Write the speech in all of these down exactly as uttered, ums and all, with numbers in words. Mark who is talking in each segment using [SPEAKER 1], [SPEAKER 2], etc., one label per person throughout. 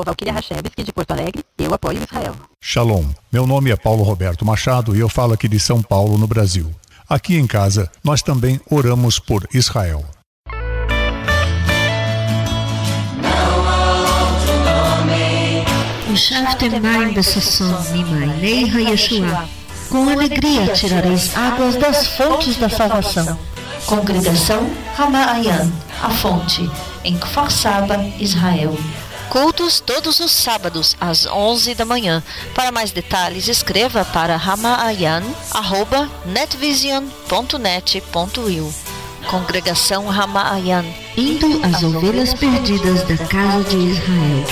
[SPEAKER 1] sou Valquíria Rachevski de Porto Alegre, eu apoio Israel.
[SPEAKER 2] Shalom, meu nome é Paulo Roberto Machado e eu falo aqui de São Paulo, no Brasil. Aqui em casa, nós também oramos por Israel.
[SPEAKER 3] Ushaftemai besasson mimainei ha-Yeshua. Com alegria tirareis águas das fontes da salvação. Congregação Hamaayan, a fonte, em Kfar Saba, Israel.
[SPEAKER 4] Cultos todos os sábados, às onze da manhã. Para mais detalhes, escreva para hamaayan arroba netvision ponto net ponto i u. Congregação Hamaayan,
[SPEAKER 3] indo às ovelhas perdidas da casa de Israel.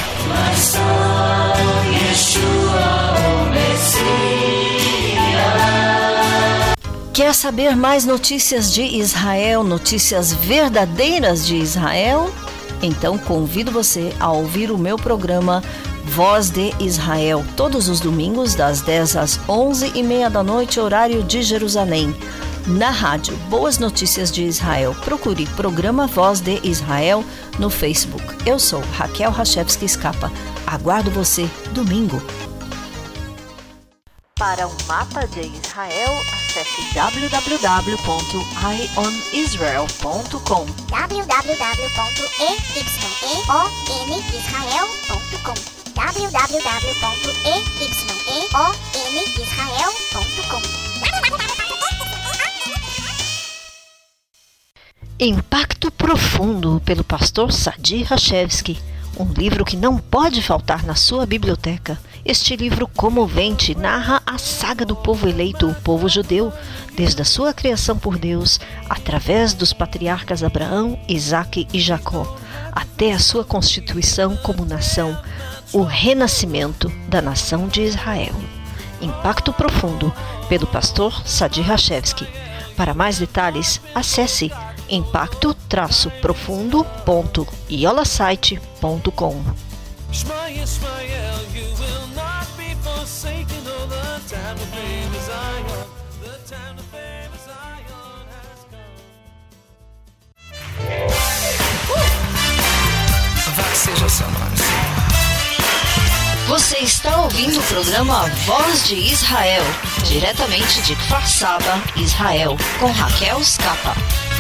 [SPEAKER 4] Quer saber mais notícias de Israel, notícias verdadeiras de Israel? Então convido você a ouvir o meu programa Voz de Israel, todos os domingos das dez às onze e meia da noite, horário de Jerusalém. Na rádio Boas Notícias de Israel, procure Programa Voz de Israel no Facebook. Eu sou Raquel Rachevski Scapa. Aguardo você domingo. Para um mapa de Israel, acesse w w w ponto i on israel ponto com.
[SPEAKER 5] w w w ponto eyon israel ponto com. w w w ponto eyon israel ponto com.
[SPEAKER 4] Impacto Profundo, pelo pastor Sadi Rachevski. Um livro que não pode faltar na sua biblioteca. Este livro comovente narra a saga do povo eleito, o povo judeu, desde a sua criação por Deus, através dos patriarcas Abraão, Isaque e Jacó, até a sua constituição como nação, o renascimento da nação de Israel. Impacto Profundo, pelo pastor Sadi Rachevski. Para mais detalhes, acesse impacto profundo ponto iolasite ponto com. Você está ouvindo o programa Voz de Israel, diretamente de Kfar Saba, Israel, com Raquel Scapa.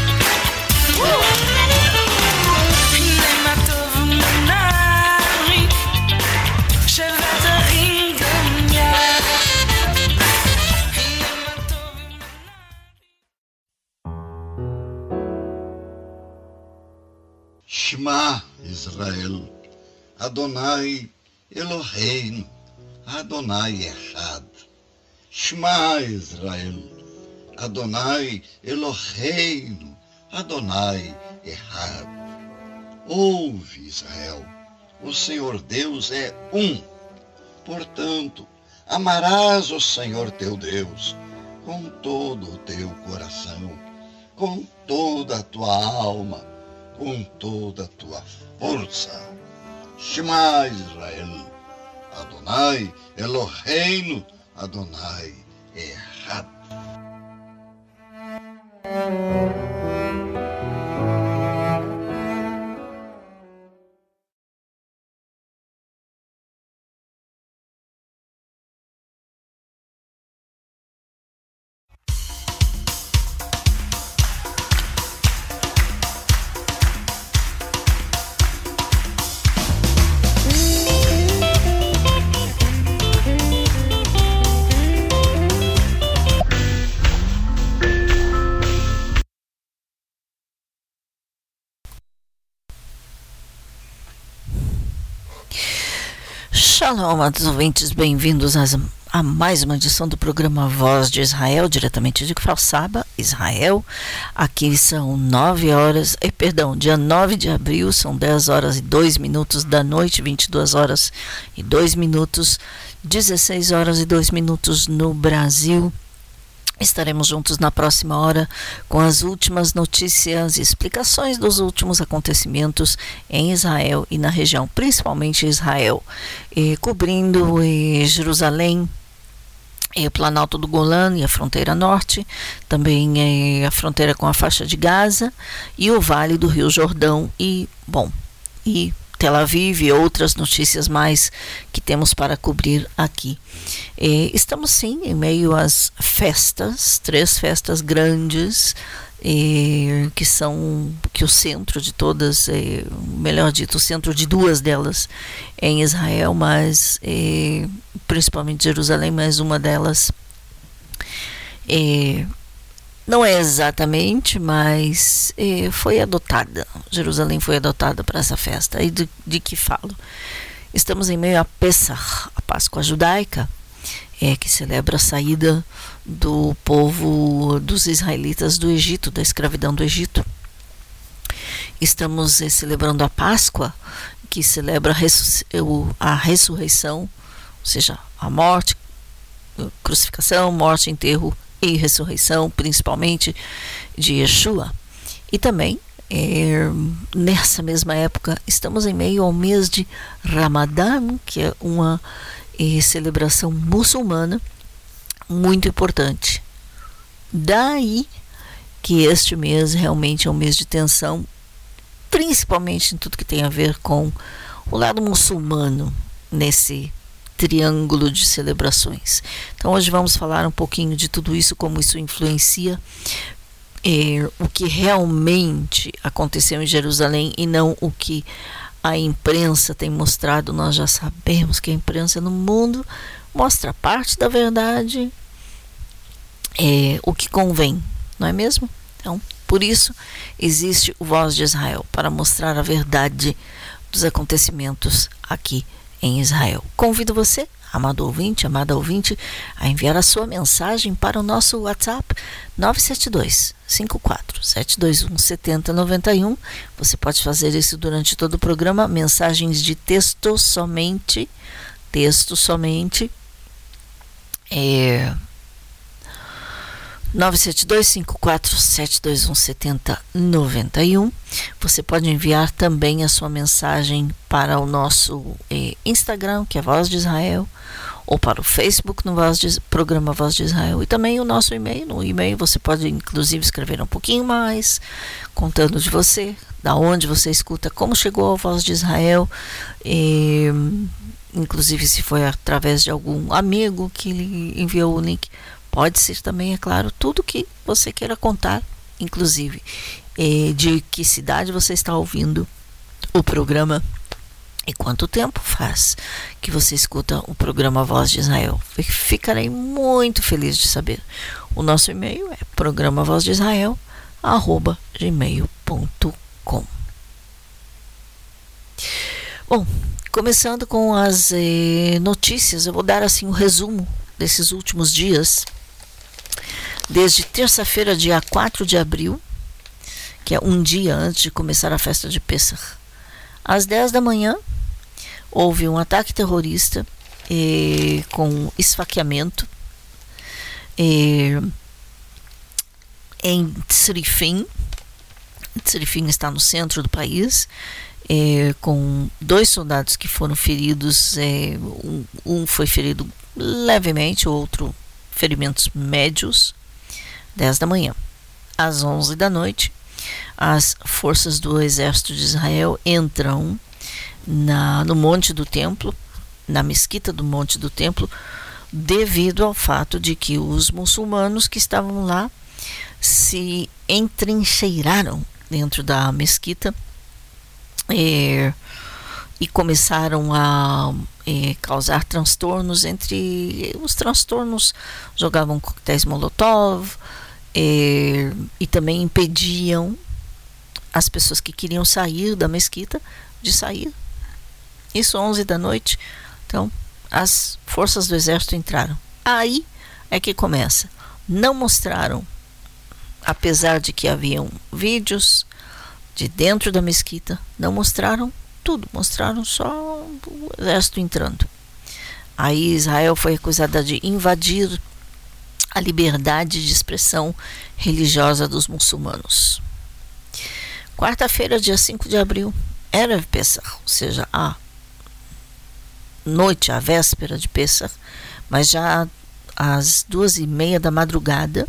[SPEAKER 6] Shema Israel, Adonai Eloheinu, Adonai Echad. Shema Israel, Adonai Eloheinu, Adonai Echad. Ouve, Israel, o Senhor Deus é um. Portanto, amarás o Senhor teu Deus com todo o teu coração, com toda a tua alma, com toda a tua força. Shema Israel, Adonai Eloheinu, Adonai Echad.
[SPEAKER 4] Shalom, amados ouvintes, bem-vindos a, a mais uma edição do programa Voz de Israel, diretamente de Kfar Saba, Israel. Aqui são nove horas, eh, perdão, dia nove de abril, são dez horas e dois minutos da noite, vinte e duas horas e dois minutos, dezesseis horas e dois minutos no Brasil. Estaremos juntos na próxima hora com as últimas notícias e explicações dos últimos acontecimentos em Israel e na região, principalmente Israel, e cobrindo e Jerusalém, e o Planalto do Golã e a fronteira norte, também é, a fronteira com a faixa de Gaza e o Vale do Rio Jordão e, bom, e Tel Aviv e outras notícias mais que temos para cobrir aqui. E estamos sim em meio às festas, três festas grandes, e, que são que o centro de todas, e, melhor dito, o centro de duas delas é em Israel, mas e, principalmente Jerusalém, mas uma delas e, não é exatamente, mas eh, foi adotada. Jerusalém foi adotada para essa festa. E de, de que falo? Estamos em meio a Pesach, a Páscoa judaica, é, que celebra a saída do povo dos israelitas do Egito, da escravidão do Egito. Estamos eh, celebrando a Páscoa, que celebra a, ressu a ressurreição, ou seja, a morte, crucificação, morte, enterro e ressurreição, principalmente de Yeshua. E também, é, nessa mesma época, estamos em meio ao mês de Ramadã, que é uma é, celebração muçulmana muito importante. Daí que este mês realmente é um mês de tensão, principalmente em tudo que tem a ver com o lado muçulmano nesse triângulo de celebrações. Então hoje vamos falar um pouquinho de tudo isso, como isso influencia é, o que realmente aconteceu em Jerusalém e não o que a imprensa tem mostrado. Nós já sabemos que a imprensa no mundo mostra parte da verdade, é, o que convém, não é mesmo? Então, por isso existe o Voz de Israel, para mostrar a verdade dos acontecimentos aqui em Israel. Convido você, amado ouvinte, amada ouvinte, a enviar a sua mensagem para o nosso WhatsApp nove sete dois, cinco quatro sete dois um, sete zero nove um. Você pode fazer isso durante todo o programa, mensagens de texto somente, texto somente, é... nove sete dois, cinco quatro sete dois um, sete zero nove um. Você pode enviar também a sua mensagem para o nosso eh, Instagram, que é Voz de Israel, ou para o Facebook no Voz de, programa Voz de Israel, e também o nosso e-mail. No e-mail você pode inclusive escrever um pouquinho mais, contando de você, da onde você escuta, como chegou ao Voz de Israel, e, inclusive se foi através de algum amigo que lhe enviou o link. Pode ser também, é claro, tudo que você queira contar, inclusive eh, de que cidade você está ouvindo o programa e quanto tempo faz que você escuta o programa Voz de Israel. Ficarei muito feliz de saber. O nosso e-mail é programa voz de israel arroba gmail ponto com. Bom, começando com as eh, notícias, eu vou dar assim um resumo desses últimos dias. Desde terça-feira, dia quatro de abril, que é um dia antes de começar a festa de Pesach, às dez da manhã, houve um ataque terrorista eh, com esfaqueamento eh, em Tzrifim. Tzrifim está no centro do país, eh, com dois soldados que foram feridos. Eh, um, um foi ferido levemente, o outro ferimentos médios. dez da manhã. Às onze da noite, as forças do exército de Israel entram na, no Monte do Templo, na mesquita do Monte do Templo, devido ao fato de que os muçulmanos que estavam lá se entrincheiraram dentro da mesquita e, e começaram a e, causar transtornos. Entre os transtornos, jogavam coquetéis Molotov, E, e também impediam as pessoas que queriam sair da mesquita de sair. Isso onze da noite. Então as forças do exército entraram. Aí é que começa. Não mostraram, apesar de que haviam vídeos de dentro da mesquita, não mostraram tudo, mostraram só o exército entrando. Aí Israel foi acusada de invadir a liberdade de expressão religiosa dos muçulmanos. Quarta-feira, dia cinco de abril, era Pesach, ou seja, a noite, a véspera de Pesach, mas já às duas e meia da madrugada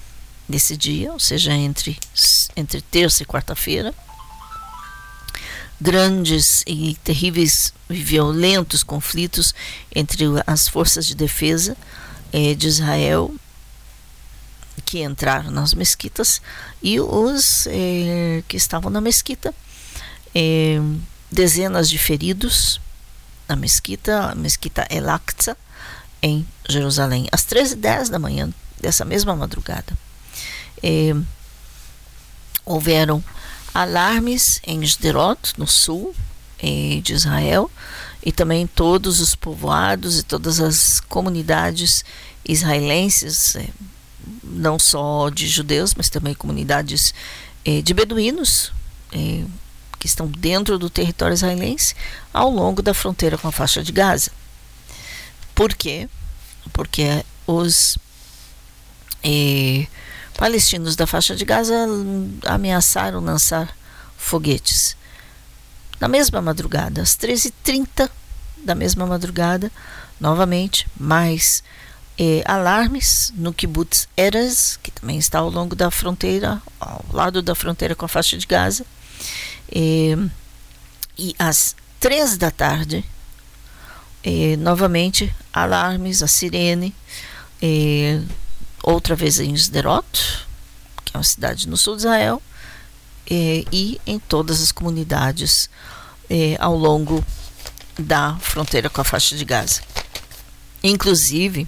[SPEAKER 4] desse dia, ou seja, entre, entre terça e quarta-feira, grandes e terríveis e violentos conflitos entre as forças de defesa eh, de Israel, que entraram nas mesquitas, e os eh, que estavam na mesquita. Eh, dezenas de feridos na mesquita, a mesquita El-Aqsa, em Jerusalém, às treze e dez da manhã dessa mesma madrugada. Eh, houveram alarmes em Sderot, no sul eh, de Israel, e também todos os povoados e todas as comunidades israelenses, eh, não só de judeus, mas também comunidades eh, de beduínos, eh, que estão dentro do território israelense, ao longo da fronteira com a faixa de Gaza. Por quê? Porque os eh, palestinos da faixa de Gaza ameaçaram lançar foguetes. Na mesma madrugada, às treze e trinta da mesma madrugada, novamente, mais eh, alarmes no kibbutz Erez, que também está ao longo da fronteira, ao lado da fronteira com a faixa de Gaza. Eh, e às três da tarde, eh, novamente, alarmes, a sirene, eh, outra vez em Sderot, que é uma cidade no sul de Israel, eh, e em todas as comunidades eh, ao longo da fronteira com a faixa de Gaza. Inclusive,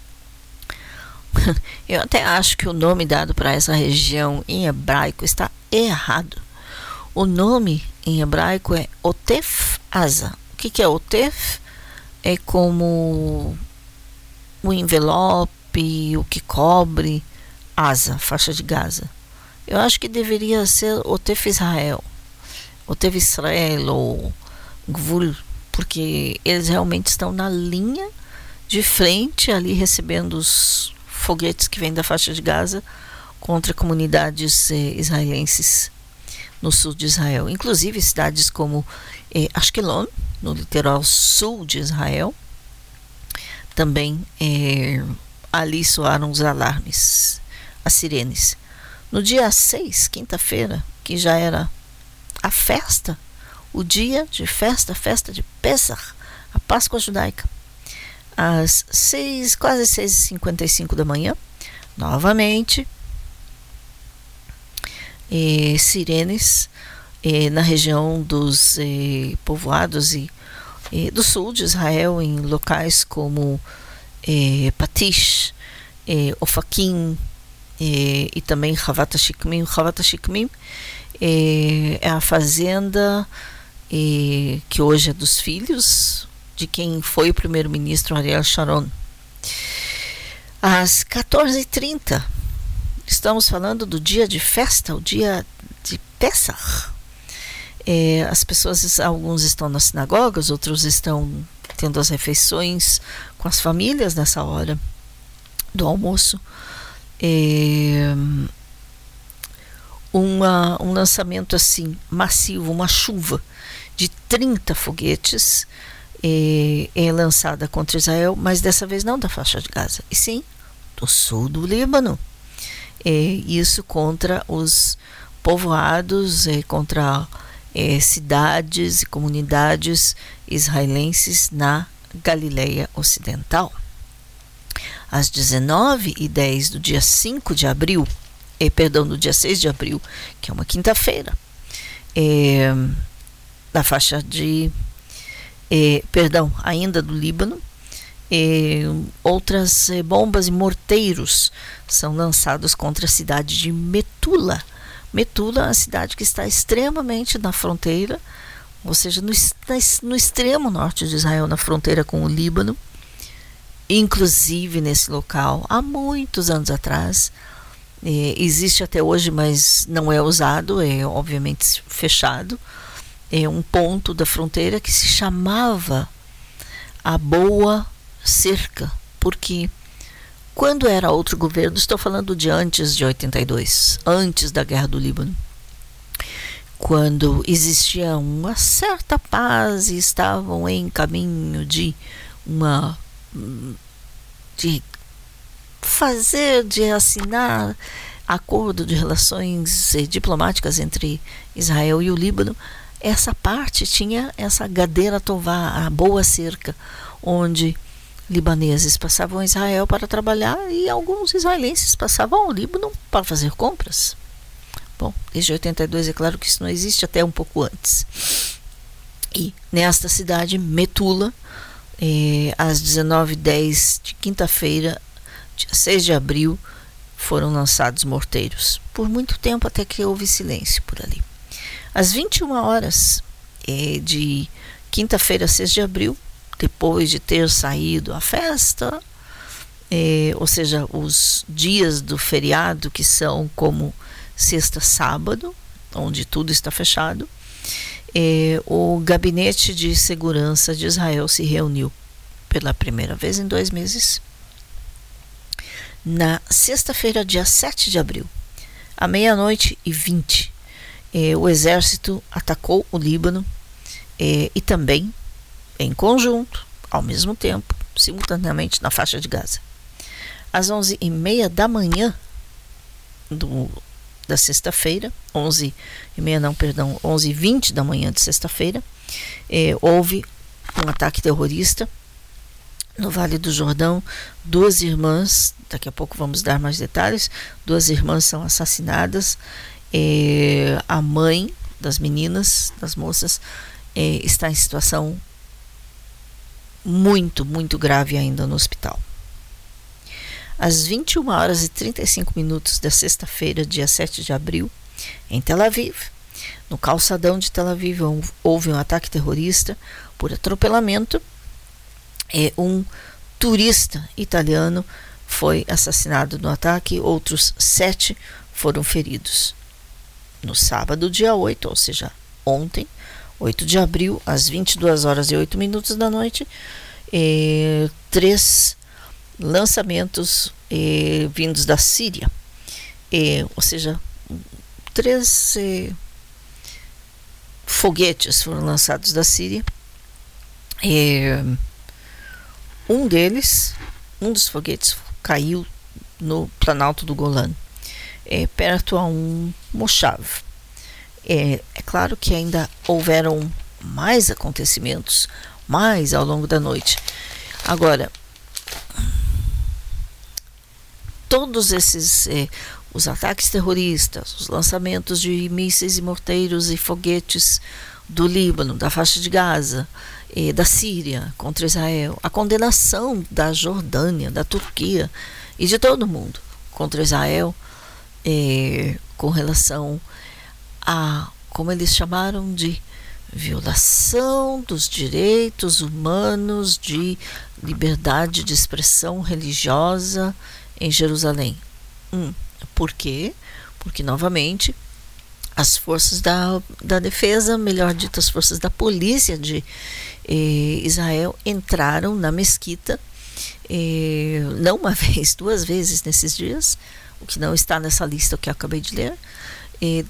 [SPEAKER 4] eu até acho que o nome dado para essa região em hebraico está errado. O nome em hebraico é Otef Asa. O que, que é Otef? É como o envelope, o que cobre Asa, faixa de Gaza. Eu acho que deveria ser Otef Israel, Otef Israel ou Gvul, porque eles realmente estão na linha de frente ali, recebendo os foguetes que vêm da faixa de Gaza contra comunidades eh, israelenses no sul de Israel. Inclusive cidades como eh, Ashkelon, no litoral sul de Israel, também eh, ali soaram os alarmes, as sirenes. No dia seis, quinta-feira, que já era a festa, o dia de festa, festa de Pesach, a Páscoa judaica, às seis, quase seis e cinquenta e cinco da manhã, novamente, eh, sirenes eh, na região dos eh, povoados e, eh, do sul de Israel, em locais como eh, Patish, eh, Ofakim, eh, e também Havat HaShikmim. Havat HaShikmim eh, é a fazenda eh, que hoje é dos filhos de quem foi o primeiro-ministro Ariel Sharon. Às quatorze e trinta, estamos falando do dia de festa, o dia de Pesach. É, as pessoas, alguns estão nas sinagogas, outros estão tendo as refeições com as famílias nessa hora do almoço. É, uma, um lançamento assim massivo, uma chuva de trinta foguetes É, é lançada contra Israel, mas dessa vez não da faixa de Gaza, e sim do sul do Líbano. É, isso contra os povoados, é, contra é, cidades e comunidades israelenses na Galileia Ocidental. Às dezenove e dez do dia cinco de abril, é, perdão, do dia seis de abril, que é uma quinta-feira, é, na faixa de Eh, perdão, ainda do Líbano, eh, outras eh, bombas e morteiros são lançados contra a cidade de Metula. Metula é uma cidade que está extremamente na fronteira, ou seja, no, no extremo norte de Israel, na fronteira com o Líbano. Inclusive nesse local, há muitos anos atrás, eh, existe até hoje, mas não é usado, é obviamente fechado, é um ponto da fronteira que se chamava a Boa Cerca, porque quando era outro governo, estou falando de antes de oitenta e dois, antes da Guerra do Líbano, quando existia uma certa paz e estavam em caminho de uma de fazer, de assinar acordo de relações eh, diplomáticas entre Israel e o Líbano, essa parte tinha essa Gadeira Tová, a boa cerca, onde libaneses passavam a Israel para trabalhar e alguns israelenses passavam ao Líbano para fazer compras. Bom, desde oitenta e dois é claro que isso não existe, até um pouco antes. E nesta cidade, Metula, eh, às dezenove e dez de quinta-feira, dia seis de abril, foram lançados morteiros. Por muito tempo, até que houve silêncio por ali. Às vinte e uma horas eh, de quinta-feira, seis de abril, depois de ter saído a festa, eh, ou seja, os dias do feriado, que são como sexta, sábado, onde tudo está fechado, eh, o Gabinete de Segurança de Israel se reuniu pela primeira vez em dois meses. Na sexta-feira, dia sete de abril, à meia-noite e vinte, eh, o exército atacou o Líbano eh, e também, em conjunto, ao mesmo tempo, simultaneamente, na faixa de Gaza. Às onze e meia da manhã do da sexta-feira, onze e meia não, perdão, onze e vinte da manhã de sexta-feira, eh, houve um ataque terrorista no Vale do Jordão. Duas irmãs, daqui a pouco vamos dar mais detalhes, duas irmãs são assassinadas, eh, a mãe das meninas, das moças, eh, está em situação muito, muito grave ainda no hospital. Às vinte e uma horas e trinta e cinco minutos da sexta-feira, dia sete de abril, em Tel Aviv, no calçadão de Tel Aviv, houve um ataque terrorista por atropelamento. É, um turista italiano foi assassinado no ataque, outros sete foram feridos. No sábado, dia oito, ou seja, ontem, oito de abril, às vinte e duas horas e oito minutos da noite, é, três lançamentos eh, vindos da Síria, eh, ou seja, três eh, foguetes foram lançados da Síria. Eh, um deles, um dos foguetes caiu no Planalto do Golã, eh, perto a um moshav. Eh, é claro que ainda houveram mais acontecimentos, mais ao longo da noite. Agora, todos esses, eh, os ataques terroristas, os lançamentos de mísseis e morteiros e foguetes do Líbano, da faixa de Gaza, eh, da Síria contra Israel, a condenação da Jordânia, da Turquia e de todo mundo contra Israel, eh, com relação a, como eles chamaram de violação dos direitos humanos de liberdade de expressão religiosa em Jerusalém. Hum, por quê? Porque, novamente, as forças da, da defesa, melhor dito, as forças da polícia de eh, Israel entraram na mesquita, eh, não uma vez, duas vezes nesses dias, o que não está nessa lista que eu acabei de ler, eh,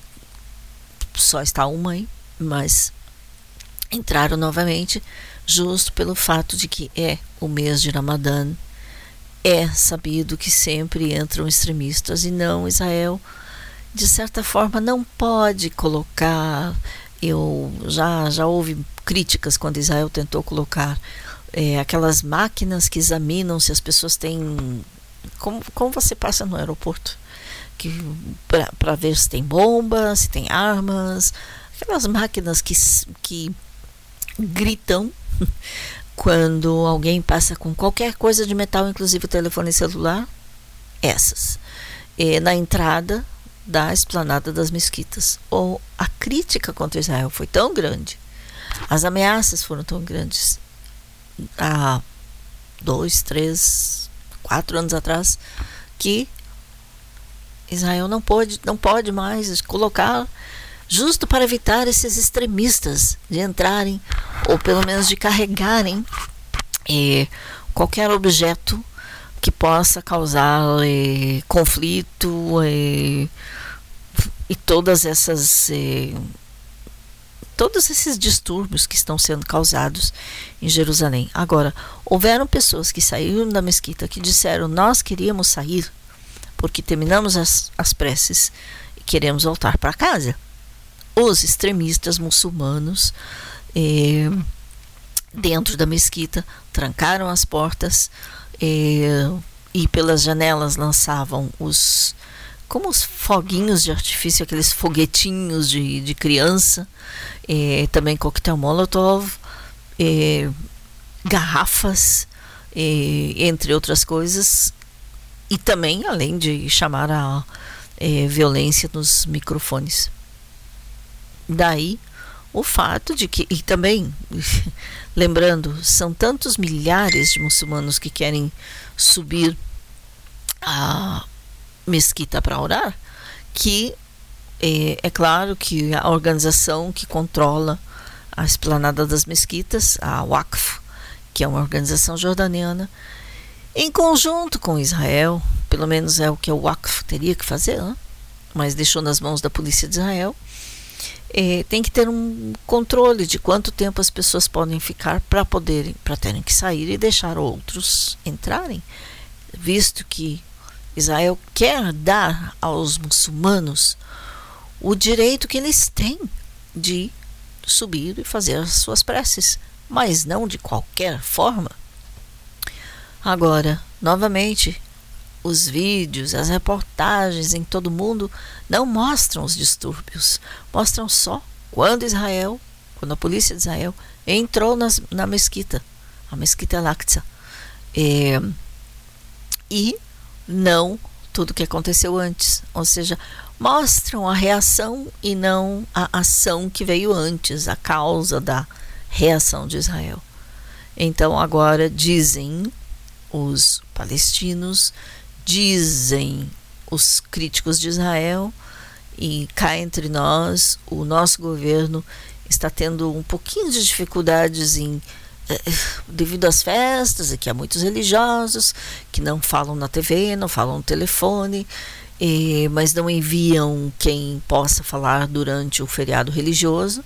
[SPEAKER 4] só está uma aí, mas entraram novamente, justo pelo fato de que é o mês de Ramadã. É sabido que sempre entram extremistas e não, Israel, de certa forma, não pode colocar. Eu já, já houve críticas quando Israel tentou colocar é, aquelas máquinas que examinam se as pessoas têm. Como, como você passa no aeroporto, para ver se tem bomba, se tem armas, aquelas máquinas que, que gritam quando alguém passa com qualquer coisa de metal, inclusive o telefone celular, essas, e na entrada da esplanada das mesquitas. Ou a crítica contra Israel foi tão grande, as ameaças foram tão grandes, há dois, três, quatro anos atrás, que Israel não pode, não pode mais colocar, justo para evitar esses extremistas de entrarem, ou pelo menos de carregarem eh, qualquer objeto que possa causar eh, conflito eh, e todas essas eh, todos esses distúrbios que estão sendo causados em Jerusalém. Agora, houveram pessoas que saíram da mesquita que disseram: nós queríamos sair porque terminamos as, as preces e queremos voltar para casa. os extremistas muçulmanos eh, dentro da mesquita trancaram as portas eh, e pelas janelas lançavam os como os foguinhos de artifício, aqueles foguetinhos de, de criança, eh, também coquetel molotov, eh, garrafas, eh, entre outras coisas, e também além de chamar a eh, violência nos microfones. Daí o fato de que, e também lembrando, são tantos milhares de muçulmanos que querem subir a mesquita para orar, que é, é claro que a organização que controla a esplanada das mesquitas, a Waqf, que é uma organização jordaniana, em conjunto com Israel, pelo menos é o que a Waqf teria que fazer, né? Mas deixou nas mãos da polícia de Israel, é, tem que ter um controle de quanto tempo as pessoas podem ficar para poderem, para terem que sair e deixar outros entrarem, visto que Israel quer dar aos muçulmanos o direito que eles têm de subir e fazer as suas preces, mas não de qualquer forma. Agora, novamente, os vídeos, as reportagens em todo o mundo não mostram os distúrbios, mostram só quando Israel, quando a polícia de Israel entrou nas, na mesquita, a mesquita Al-Aqsa, é, e não tudo o que aconteceu antes, ou seja, mostram a reação e não a ação que veio antes, a causa da reação de Israel. Então agora dizem os palestinos, dizem os críticos de Israel, e cá entre nós, o nosso governo está tendo um pouquinho de dificuldades em devido às festas, e que há muitos religiosos que não falam na T V, não falam no telefone, eh, mas não enviam quem possa falar durante o feriado religioso.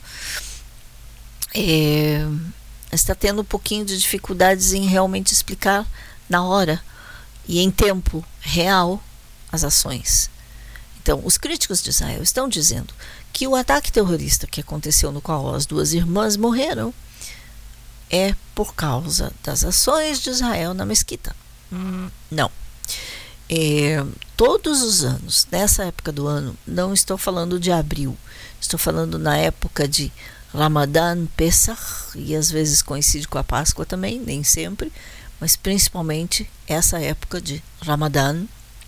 [SPEAKER 4] Eh, está tendo um pouquinho de dificuldades em realmente explicar na hora e em tempo real as ações. Então, os críticos de Israel estão dizendo que o ataque terrorista que aconteceu, no qual as duas irmãs morreram, é por causa das ações de Israel na mesquita. Hum, não. É, todos os anos, nessa época do ano, não estou falando de abril, estou falando na época de Ramadã, Pesach, e às vezes coincide com a Páscoa também, nem sempre, mas principalmente essa época de Ramadã.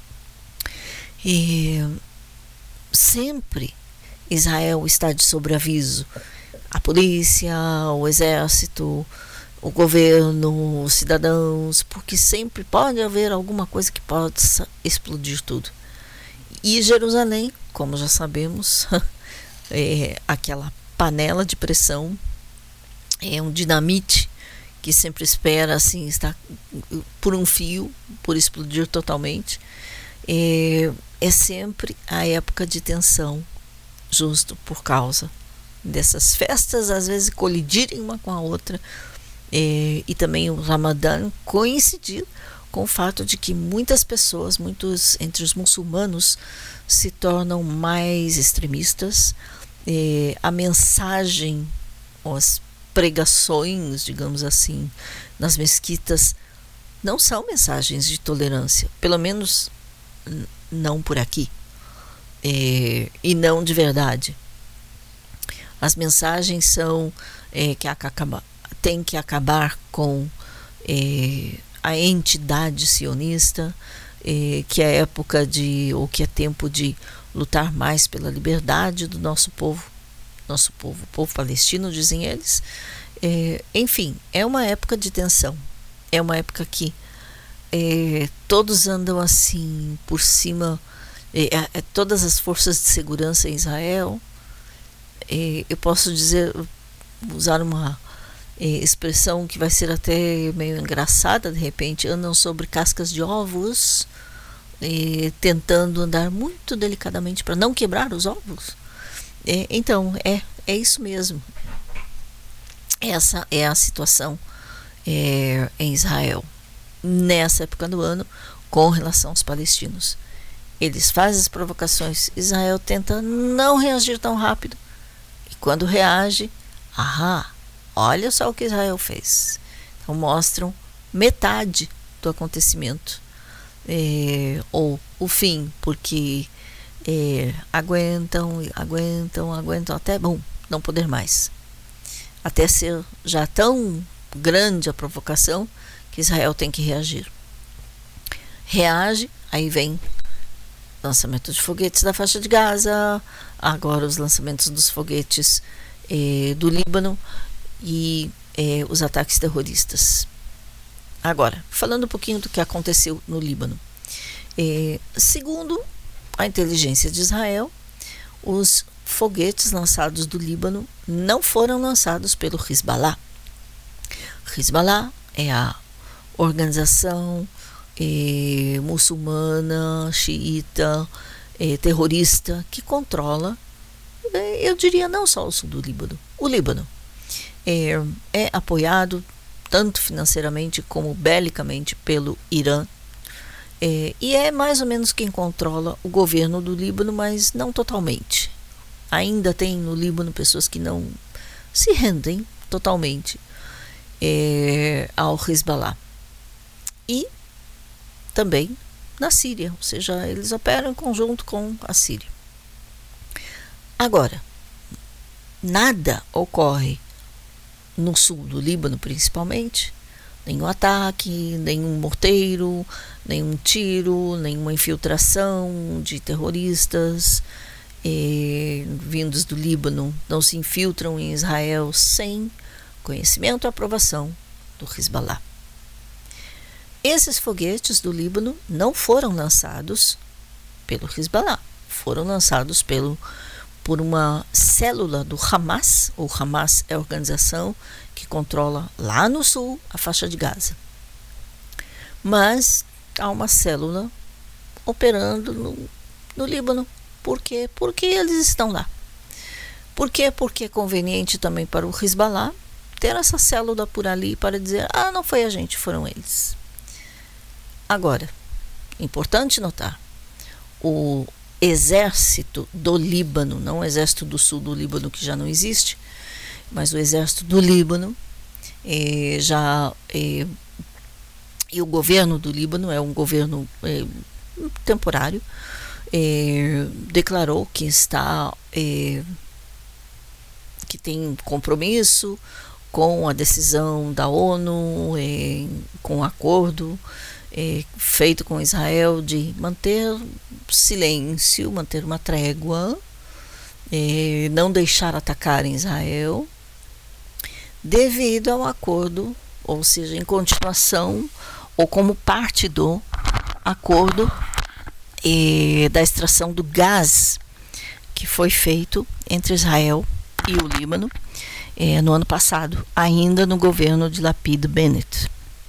[SPEAKER 4] E sempre Israel está de sobreaviso. A polícia, o exército, o governo, os cidadãos, porque sempre pode haver alguma coisa que possa explodir tudo. E Jerusalém, como já sabemos, é aquela panela de pressão, é um dinamite que sempre espera assim estar por um fio, por explodir totalmente. É, é sempre a época de tensão, justo por causa dessas festas às vezes colidirem uma com a outra, é, e também o Ramadã coincidir com o fato de que muitas pessoas, muitos entre os muçulmanos, se tornam mais extremistas. É, a mensagem, as pregações, digamos assim, nas mesquitas não são mensagens de tolerância, pelo menos n- não por aqui, é, e não de verdade. As mensagens são é, que acaba, tem que acabar com é, a entidade sionista, é, que é época de, ou que é tempo de lutar mais pela liberdade do nosso povo, nosso povo, o povo palestino, dizem eles. É, enfim, é uma época de tensão, é uma época que é, todos andam assim por cima, é, é, todas as forças de segurança em Israel. Eu posso dizer, usar uma é, expressão que vai ser até meio engraçada de repente, andam sobre cascas de ovos, é, tentando andar muito delicadamente para não quebrar os ovos. É, então, é, é isso mesmo. Essa é a situação é, em Israel, nessa época do ano, com relação aos palestinos. Eles fazem as provocações, Israel tenta não reagir tão rápido, quando reage, ahá, olha só o que Israel fez. Então mostram metade do acontecimento, é, ou o fim, porque é, aguentam, aguentam, aguentam até, bom, não poder mais. Até ser já tão grande a provocação que Israel tem que reagir. Reage, aí vem lançamento de foguetes da faixa de Gaza, agora os lançamentos dos foguetes eh, do Líbano e eh, os ataques terroristas. Agora, falando um pouquinho do que aconteceu no Líbano. Eh, segundo a inteligência de Israel, os foguetes lançados do Líbano não foram lançados pelo Hezbollah. Hezbollah é a organização eh, muçulmana, xiita, eh, terrorista, que controla, eh, eu diria, não só o sul do Líbano. O Líbano é, é apoiado tanto financeiramente como belicamente pelo Irã, eh, e é mais ou menos quem controla o governo do Líbano, mas não totalmente. Ainda tem no Líbano pessoas que não se rendem totalmente é, ao Hezbollah. E também na Síria, ou seja, eles operam em conjunto com a Síria. Agora, nada ocorre no sul do Líbano, principalmente, nenhum ataque, nenhum morteiro, nenhum tiro, nenhuma infiltração de terroristas eh, vindos do Líbano não se infiltram em Israel sem conhecimento e aprovação do Hezbollah. Esses foguetes do Líbano não foram lançados pelo Hezbollah, foram lançados pelo, por uma célula do Hamas. O Hamas é a organização que controla lá no sul a faixa de Gaza. Mas há uma célula operando no, no Líbano. Por quê? Porque eles estão lá. Por quê? Porque é conveniente também para o Hezbollah ter essa célula por ali para dizer, ah, não foi a gente, foram eles. Agora, importante notar, o exército do Líbano, não o exército do sul do Líbano, que já não existe, mas o exército do Líbano, eh, já, eh, e o governo do Líbano é um governo eh, temporário, eh, declarou que está, eh, que tem compromisso com a decisão da ONU, eh, com o acordo É, feito com Israel de manter silêncio, manter uma trégua, é, não deixar atacar em Israel, devido ao acordo, ou seja, em continuação, ou como parte do acordo é, da extração do gás que foi feito entre Israel e o Líbano é, no ano passado, ainda no governo de Lapid Bennett.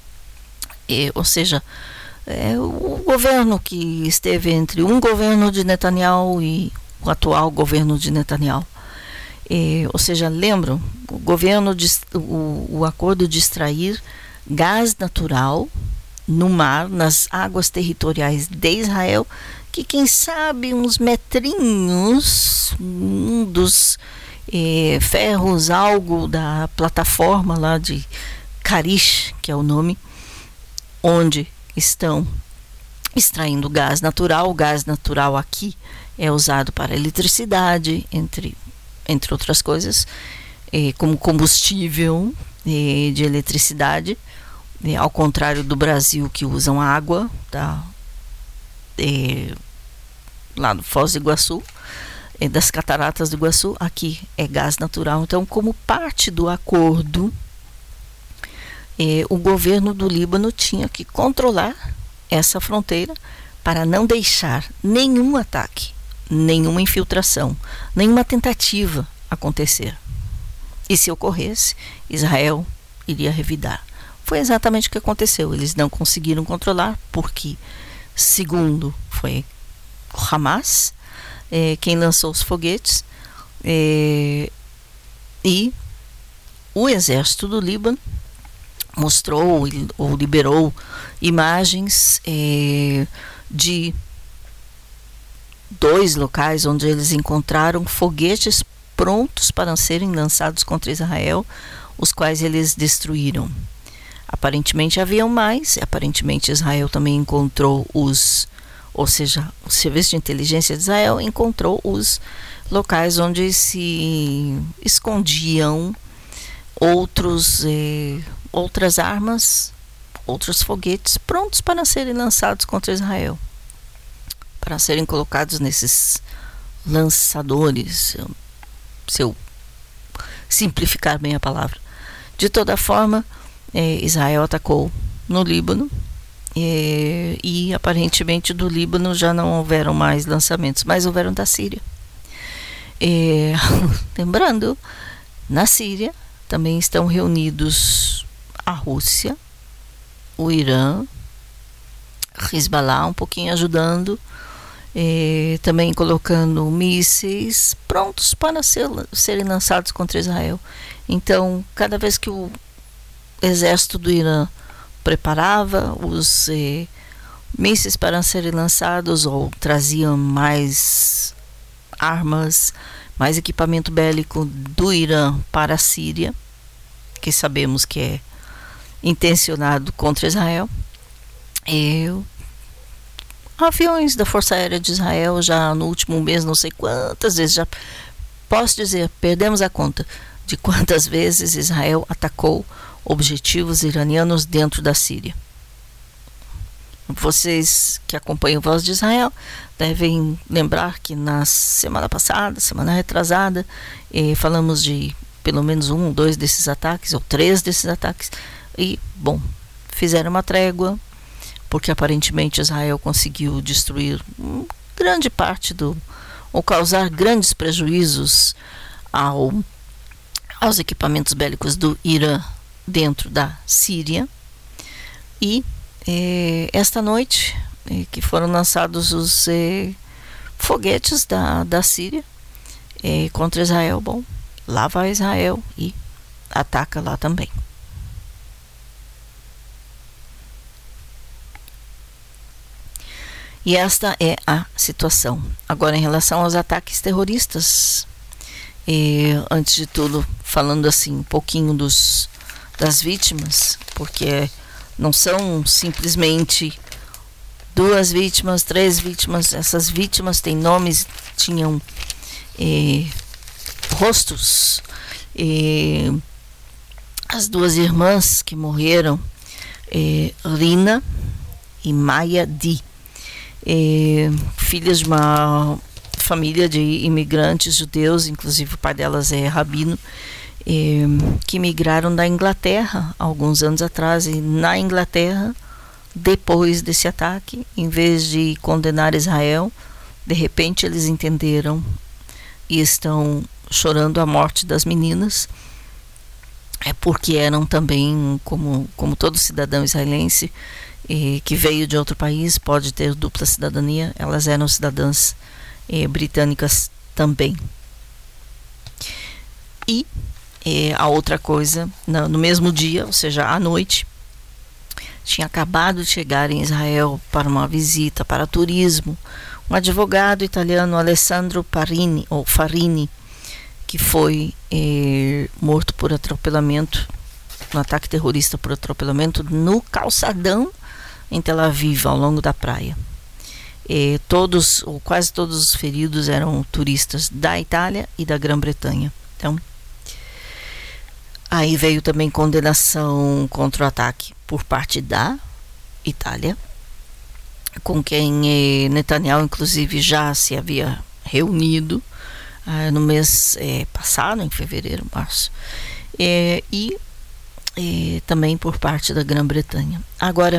[SPEAKER 4] É, ou seja, é, o governo que esteve entre um governo de Netanyahu e o atual governo de Netanyahu. É, ou seja, lembram, o governo de, o, o acordo de extrair gás natural no mar, nas águas territoriais de Israel, que quem sabe uns metrinhos, um dos é, ferros, algo da plataforma lá de Karish, que é o nome, onde estão extraindo gás natural. O gás natural aqui é usado para eletricidade, entre, entre outras coisas, eh, como combustível eh, de eletricidade, eh, ao contrário do Brasil, que usam água, tá? eh, lá no Foz do Iguaçu, eh, das Cataratas do Iguaçu. Aqui é gás natural. Então, como parte do acordo, Eh, o governo do Líbano tinha que controlar essa fronteira para não deixar nenhum ataque, nenhuma infiltração, nenhuma tentativa acontecer. E se ocorresse, Israel iria revidar. Foi exatamente o que aconteceu. Eles não conseguiram controlar porque, segundo foi o Hamas, eh, quem lançou os foguetes, eh, e o exército do Líbano mostrou ou liberou imagens eh, de dois locais onde eles encontraram foguetes prontos para serem lançados contra Israel, os quais eles destruíram. Aparentemente haviam mais, aparentemente Israel também encontrou os, ou seja, o serviço de inteligência de Israel encontrou os locais onde se escondiam outros, eh, outras armas, outros foguetes prontos para serem lançados contra Israel, para serem colocados nesses lançadores, se eu simplificar bem a palavra. De toda forma, eh, Israel atacou no Líbano, eh, e aparentemente do Líbano já não houveram mais lançamentos, mas houveram da Síria. Eh, lembrando, na Síria também estão reunidos a Rússia, o Irã, Hezbollah um pouquinho ajudando, eh, também colocando mísseis prontos para ser, serem lançados contra Israel. Então, cada vez que o exército do Irã preparava os eh, mísseis para serem lançados, ou traziam mais armas, mais equipamento bélico do Irã para a Síria, que sabemos que é intencionado contra Israel, e aviões da Força Aérea de Israel já no último mês, não sei quantas vezes, já posso dizer, perdemos a conta de quantas vezes Israel atacou objetivos iranianos dentro da Síria. Vocês que acompanham Voz de Israel devem lembrar que na semana passada, semana retrasada, eh, falamos de pelo menos um, dois desses ataques, ou três desses ataques, e, bom, fizeram uma trégua, porque aparentemente Israel conseguiu destruir grande parte do, ou causar grandes prejuízos ao, aos equipamentos bélicos do Irã dentro da Síria. E eh, esta noite eh, que foram lançados os eh, foguetes da, da Síria eh, contra Israel. Bom, lá vai Israel e ataca lá também. E esta é a situação. Agora, em relação aos ataques terroristas, eh, antes de tudo, falando assim um pouquinho dos, das vítimas, porque não são simplesmente duas vítimas, três vítimas. Essas vítimas têm nomes, tinham eh, rostos. Eh, as duas irmãs que morreram, eh, Rina e Maya Di, eh, filhas de uma família de imigrantes judeus, inclusive o pai delas é rabino, eh, que migraram da Inglaterra alguns anos atrás. E na Inglaterra, depois desse ataque, em vez de condenar Israel, de repente eles entenderam e estão chorando a morte das meninas, é porque eram também, como, como todo cidadão israelense eh, que veio de outro país, pode ter dupla cidadania, elas eram cidadãs eh, britânicas também. E eh, a outra coisa, no, no mesmo dia, ou seja, à noite, tinha acabado de chegar em Israel para uma visita, para turismo, um advogado italiano, Alessandro Parini, ou Farini, que foi eh, morto por atropelamento, no ataque terrorista por atropelamento no calçadão em Tel Aviv, ao longo da praia. Eh, todos, ou quase todos os feridos eram turistas da Itália e da Grã-Bretanha. Então, aí veio também condenação contra o ataque por parte da Itália, com quem eh, Netanyahu, inclusive, já se havia reunido ah, no mês eh, passado, em fevereiro, março, eh, e eh, também por parte da Grã-Bretanha. Agora,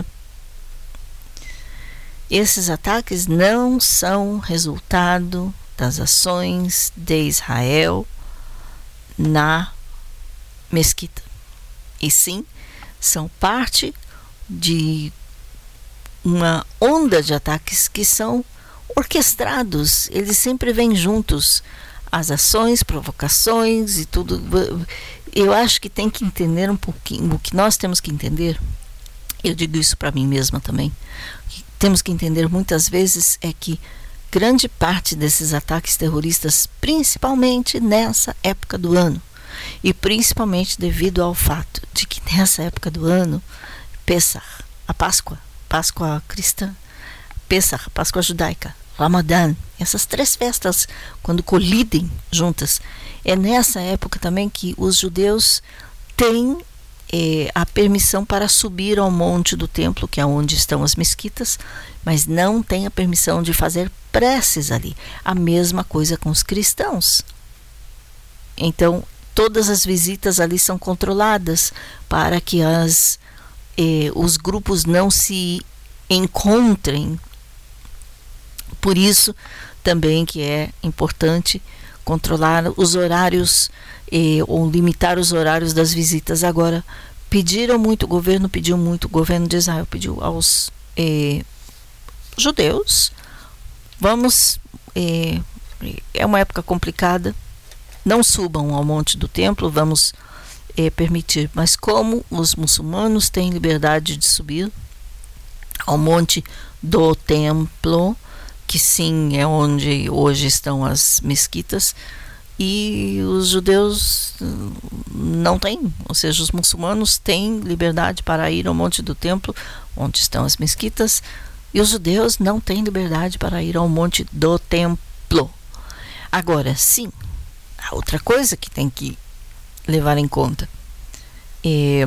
[SPEAKER 4] esses ataques não são resultado das ações de Israel na mesquita, e sim são parte de uma onda de ataques que são orquestrados. Eles sempre vêm juntos, as ações, provocações e tudo. Eu acho que tem que entender um pouquinho o que nós temos que entender. Eu digo isso para mim mesma também. O que temos que entender muitas vezes é que grande parte desses ataques terroristas, principalmente nessa época do ano, e principalmente devido ao fato de que nessa época do ano, Pessah, a Páscoa, Páscoa cristã, Pessah, Páscoa judaica, Ramadã, essas três festas, quando colidem juntas, é nessa época também que os judeus têm eh, a permissão para subir ao monte do templo, que é onde estão as mesquitas, mas não têm a permissão de fazer preces ali. A mesma coisa com os cristãos. Então, todas as visitas ali são controladas para que as, eh, os grupos não se encontrem. Por isso também que é importante controlar os horários eh, ou limitar os horários das visitas. Agora, pediram muito, o governo pediu muito, o governo de Israel pediu aos eh, judeus, vamos, eh, é uma época complicada, não subam ao monte do templo, vamos eh, permitir, mas como os muçulmanos têm liberdade de subir ao monte do templo, que sim, é onde hoje estão as mesquitas, e os judeus não têm, ou seja, os muçulmanos têm liberdade para ir ao monte do templo, onde estão as mesquitas, e os judeus não têm liberdade para ir ao monte do templo. Agora, sim, a outra coisa que tem que levar em conta é,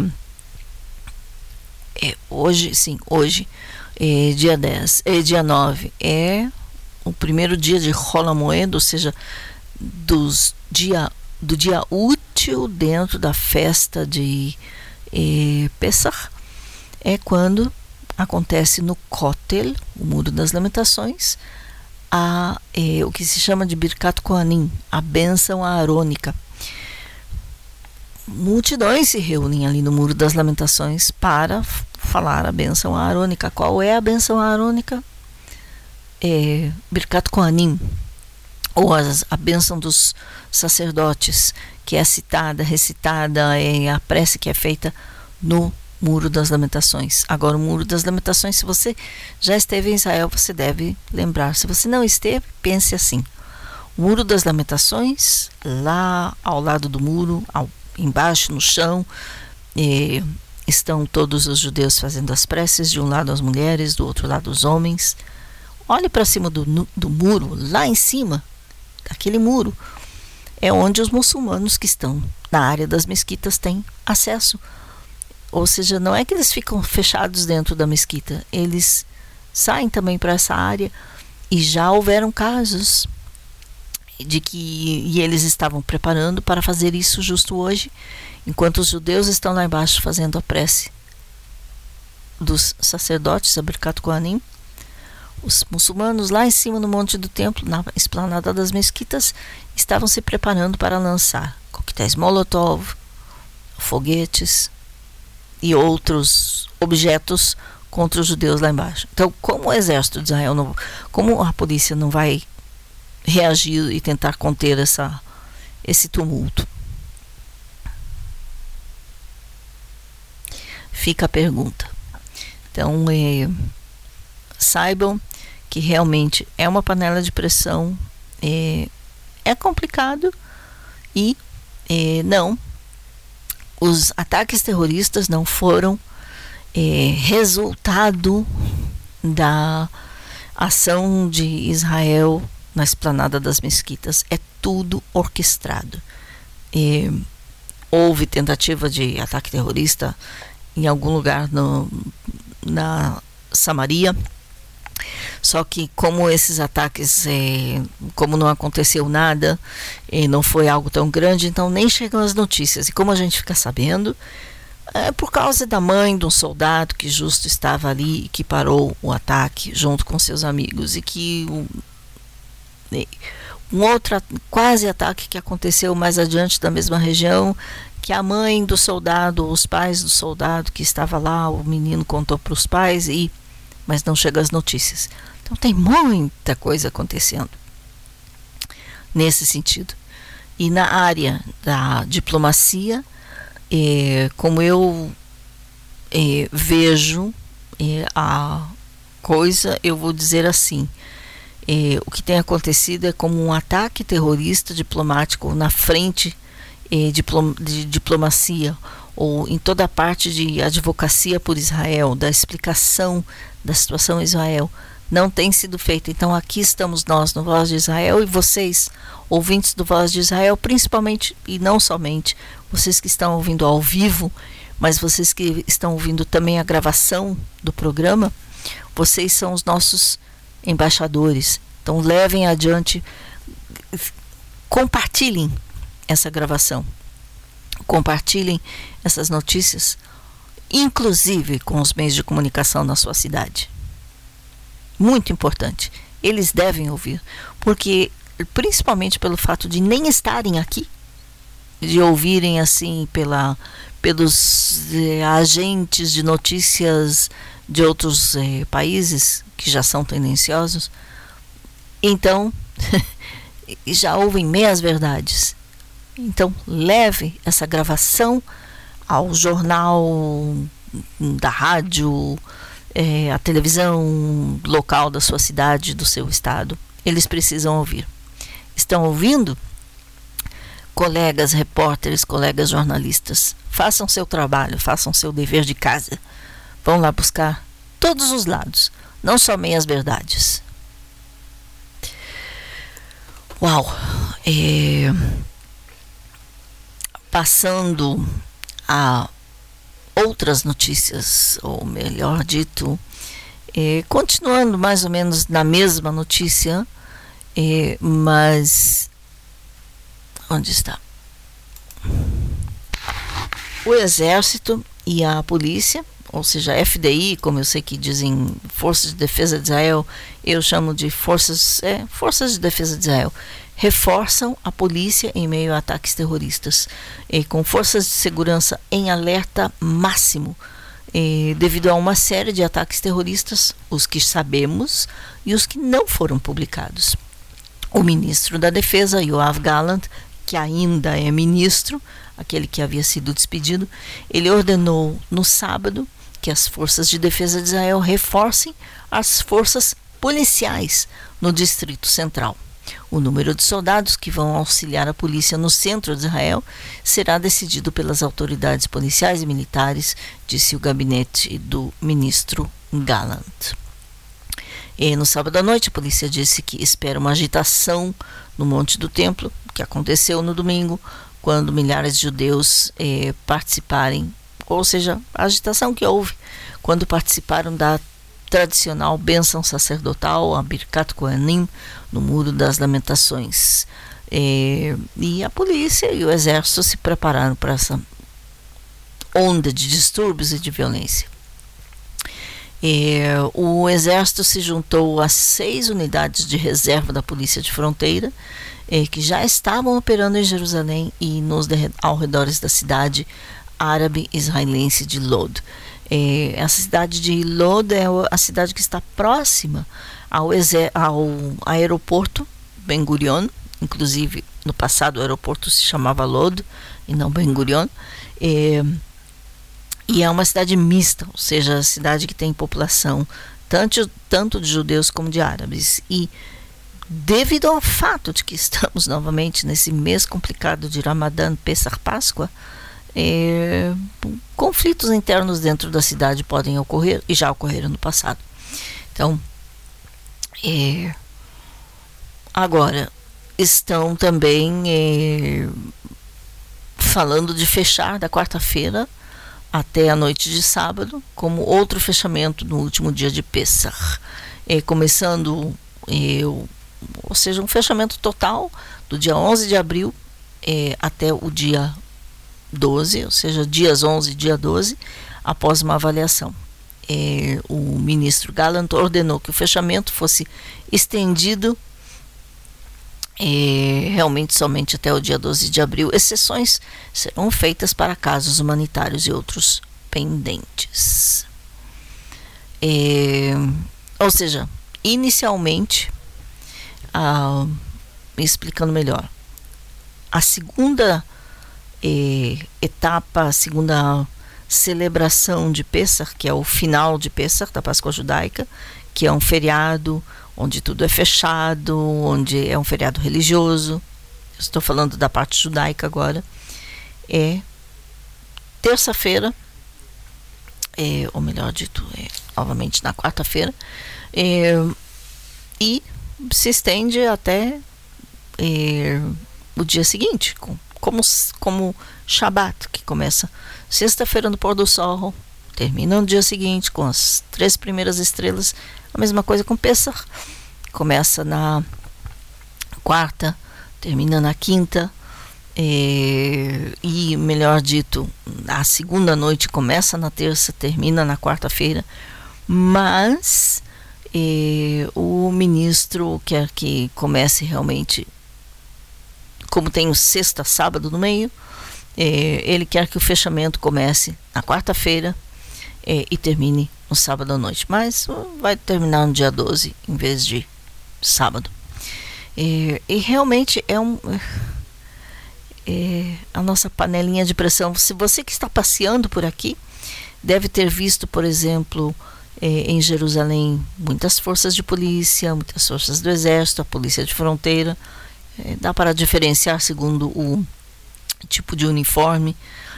[SPEAKER 4] é hoje, sim, hoje, É, dia dez, é, dia nove é o primeiro dia de Hol HaMoed, ou seja, dos dia, do dia útil dentro da festa de é, Pessah, é quando acontece no Kotel, o Muro das Lamentações, a, é, o que se chama de Birkat Kohanim, a bênção aarônica. Multidões se reúnem ali no Muro das Lamentações para falar a bênção aarônica. Qual é a bênção aarônica? É Birkat Kohanim, ou as, a bênção dos sacerdotes, que é citada, recitada, é a prece que é feita no Muro das Lamentações. Agora, o Muro das Lamentações, se você já esteve em Israel, você deve lembrar. Se você não esteve, pense assim: o Muro das Lamentações, lá ao lado do muro, ao embaixo, no chão, eh, estão todos os judeus fazendo as preces, de um lado as mulheres, do outro lado os homens. Olhe para cima do, do muro, lá em cima, aquele muro, é onde os muçulmanos que estão na área das mesquitas têm acesso. Ou seja, não é que eles ficam fechados dentro da mesquita, eles saem também para essa área, e já houveram casos de que e eles estavam preparando para fazer isso justo hoje, enquanto os judeus estão lá embaixo fazendo a prece dos sacerdotes, a Birkat Kohanim, os muçulmanos lá em cima no monte do templo, na esplanada das mesquitas, estavam se preparando para lançar coquetéis Molotov, foguetes e outros objetos contra os judeus lá embaixo. Então, como o exército de Israel, não, como a polícia não vai reagir e tentar conter essa, esse tumulto? Fica a pergunta. Então, é, saibam que realmente é uma panela de pressão, é, é complicado, e é, não, os ataques terroristas não foram é, resultado da ação de Israel na esplanada das mesquitas. É tudo orquestrado. É, houve tentativa de ataque terrorista em algum lugar no, na Samaria, só que como esses ataques, é, como não aconteceu nada, é, não foi algo tão grande, então nem chegam as notícias. E como a gente fica sabendo, é por causa da mãe de um soldado que justo estava ali e que parou o ataque junto com seus amigos, e que um, um outro quase ataque que aconteceu mais adiante da mesma região, que a mãe do soldado, os pais do soldado que estava lá, o menino contou para os pais, e mas não chegam as notícias. Então tem muita coisa acontecendo nesse sentido. E na área da diplomacia, é, como eu é, vejo é, a coisa, eu vou dizer assim, Eh, o que tem acontecido é como um ataque terrorista diplomático na frente eh, diplom, de diplomacia, ou em toda a parte de advocacia por Israel, da explicação da situação em Israel, não tem sido feita. Então aqui estamos nós no Voz de Israel, e vocês, ouvintes do Voz de Israel, principalmente, e não somente, vocês que estão ouvindo ao vivo, mas vocês que estão ouvindo também a gravação do programa, vocês são os nossos embaixadores. Então levem adiante, compartilhem essa gravação, compartilhem essas notícias, inclusive com os meios de comunicação na sua cidade. Muito importante. Eles devem ouvir, porque principalmente pelo fato de nem estarem aqui, de ouvirem assim pela, pelos eh, agentes de notícias de outros eh, países que já são tendenciosos, então já ouvem meias verdades. Então leve essa gravação ao jornal, da rádio, é, a televisão local da sua cidade, do seu estado. Eles precisam ouvir. Estão ouvindo? Colegas repórteres, colegas jornalistas, façam seu trabalho, façam seu dever de casa. Vão lá buscar todos os lados, não só meias verdades. Uau! É... Passando a outras notícias, ou melhor dito, é, continuando mais ou menos na mesma notícia, é, mas onde está? O Exército e a polícia, ou seja, a F D I, como eu sei que dizem Forças de Defesa de Israel, eu chamo de Forças, é, Forças de Defesa de Israel, reforçam a polícia em meio a ataques terroristas, e com forças de segurança em alerta máximo, e devido a uma série de ataques terroristas, os que sabemos e os que não foram publicados. O ministro da Defesa, Yoav Gallant, que ainda é ministro, aquele que havia sido despedido, ele ordenou no sábado que as forças de defesa de Israel reforcem as forças policiais no Distrito Central. O número de soldados que vão auxiliar a polícia no centro de Israel será decidido pelas autoridades policiais e militares, disse o gabinete do ministro Gallant. E no sábado à noite, a polícia disse que espera uma agitação no Monte do Templo, que aconteceu no domingo, quando milhares de judeus eh, participarem, ou seja, a agitação que houve quando participaram da tradicional bênção sacerdotal, a Birkat Kohanim, no Muro das Lamentações. É, e a polícia e o exército se prepararam para essa onda de distúrbios e de violência. É, o exército se juntou às seis unidades de reserva da Polícia de Fronteira, é, que já estavam operando em Jerusalém e nos arredores da cidade árabe israelense de Lod. É, essa cidade de Lod é a cidade que está próxima ao, ao aeroporto Ben Gurion. Inclusive, no passado o aeroporto se chamava Lod e não Ben Gurion. É, e é uma cidade mista, ou seja, a cidade que tem população tanto, tanto de judeus como de árabes. E devido ao fato de que estamos novamente nesse mês complicado de Ramadã, Pesach, Páscoa, É, conflitos internos dentro da cidade podem ocorrer e já ocorreram no passado. Então, é, agora estão também é, falando de fechar da quarta-feira até a noite de sábado, como outro fechamento no último dia de Pesach, é, começando, é, o, ou seja, um fechamento total do dia onze de abril é, até o dia doze, ou seja, dias onze e dia doze, após uma avaliação. É, o ministro Gallant ordenou que o fechamento fosse estendido é, realmente somente até o dia doze de abril. Exceções serão feitas para casos humanitários e outros pendentes. É, ou seja, inicialmente, ah, explicando melhor, a segunda E, etapa, a segunda celebração de Pesach, que é o final de Pesach, da Páscoa Judaica, que é um feriado onde tudo é fechado, onde é um feriado religioso. Estou falando da parte judaica agora. É terça-feira, é, ou melhor dito, é, novamente na quarta-feira, é, e se estende até é, o dia seguinte, com, como, como Shabat, que começa sexta-feira no pôr do sol, termina no dia seguinte com as três primeiras estrelas. A mesma coisa com Pesach, começa na quarta, termina na quinta, é, e melhor dito, a segunda noite começa na terça, termina na quarta-feira, mas é, o ministro quer que comece realmente, como tem o sexta, sábado no meio, é, ele quer que o fechamento comece na quarta-feira é, e termine no sábado à noite, mas vai terminar no dia doze em vez de sábado. É, e realmente é um é a nossa panelinha de pressão. Se você que está passeando por aqui deve ter visto, por exemplo, é, em Jerusalém, muitas forças de polícia, muitas forças do exército, a polícia de fronteira, é, dá para diferenciar segundo o tipo de uniforme.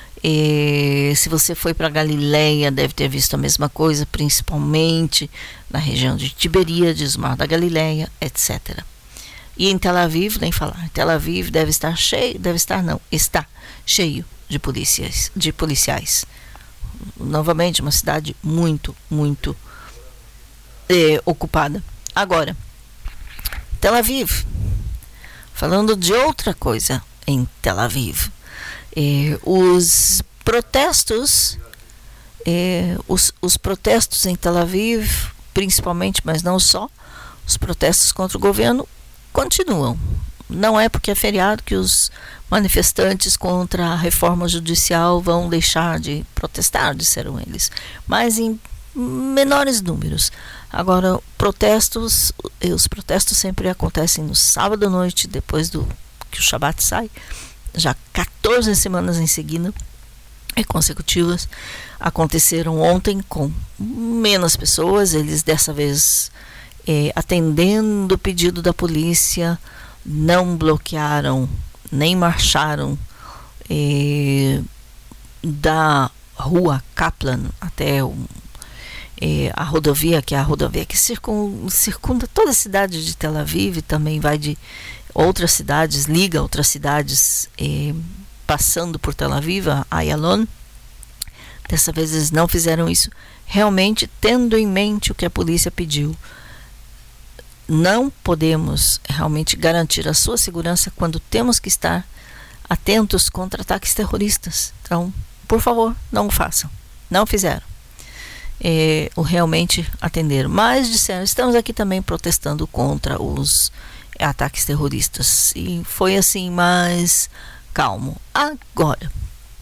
[SPEAKER 4] E se você foi para Galileia, deve ter visto a mesma coisa, principalmente na região de Tiberíades, Mar da Galileia, etcétera. E em Tel Aviv, nem falar. Tel Aviv deve estar cheio, deve estar não, está cheio de policiais, de policiais. Novamente, uma cidade muito, muito é, ocupada. Agora, Tel Aviv, falando de outra coisa em Tel Aviv. Eh, os protestos eh, os, os protestos em Tel Aviv, principalmente, mas não só, os protestos contra o governo continuam. Não é porque é feriado que os manifestantes contra a reforma judicial vão deixar de protestar, disseram eles, mas em menores números. Agora, protestos, os protestos sempre acontecem no sábado à noite, depois do que o Shabat sai, já quatorze semanas em seguida e consecutivas. Aconteceram ontem com menos pessoas, eles dessa vez eh, atendendo o pedido da polícia, não bloquearam nem marcharam eh, da rua Kaplan até o, eh, a rodovia, que é a rodovia que circun, circunda toda a cidade de Tel Aviv, e também vai de outras cidades, liga outras cidades, eh, passando por Tel Aviv, a Ayalon. Dessa vez eles não fizeram isso, realmente tendo em mente o que a polícia pediu. Não podemos realmente garantir a sua segurança quando temos que estar atentos contra ataques terroristas. Então, por favor, não o façam. Não fizeram. É, o realmente atenderam. Mas disseram, estamos aqui também protestando contra os ataques terroristas. E foi assim mais calmo. Agora,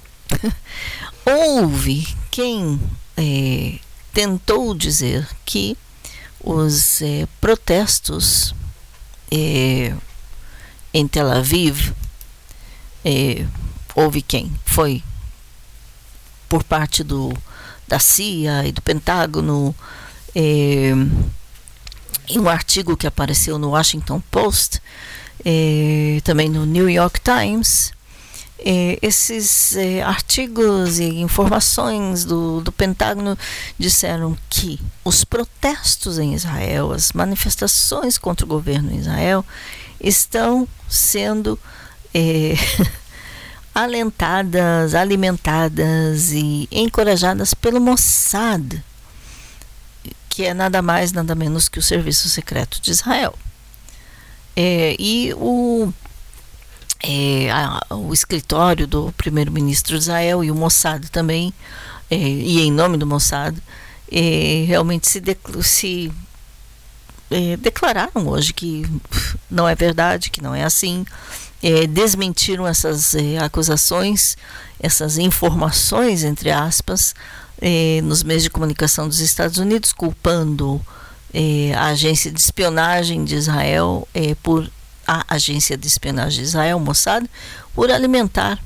[SPEAKER 4] houve quem é, tentou dizer que os é, protestos é, em Tel Aviv, é, houve quem? Foi por parte do, da C I A e do Pentágono, é, em um artigo que apareceu no Washington Post, é, também no New York Times. É, esses é, artigos e informações do, do Pentágono disseram que os protestos em Israel, as manifestações contra o governo em Israel, estão sendo é, alentadas, alimentadas e encorajadas pelo Mossad, que é nada mais, nada menos que o Serviço Secreto de Israel. É, e o É, a, o escritório do primeiro-ministro de Israel e o Mossad também, é, e em nome do Mossad, é, realmente se, de, se é, declararam hoje que não é verdade, que não é assim, é, desmentiram essas é, acusações, essas informações, entre aspas, é, nos meios de comunicação dos Estados Unidos, culpando é, a agência de espionagem de Israel é, por a agência de espionagem de Israel, Mossad, por alimentar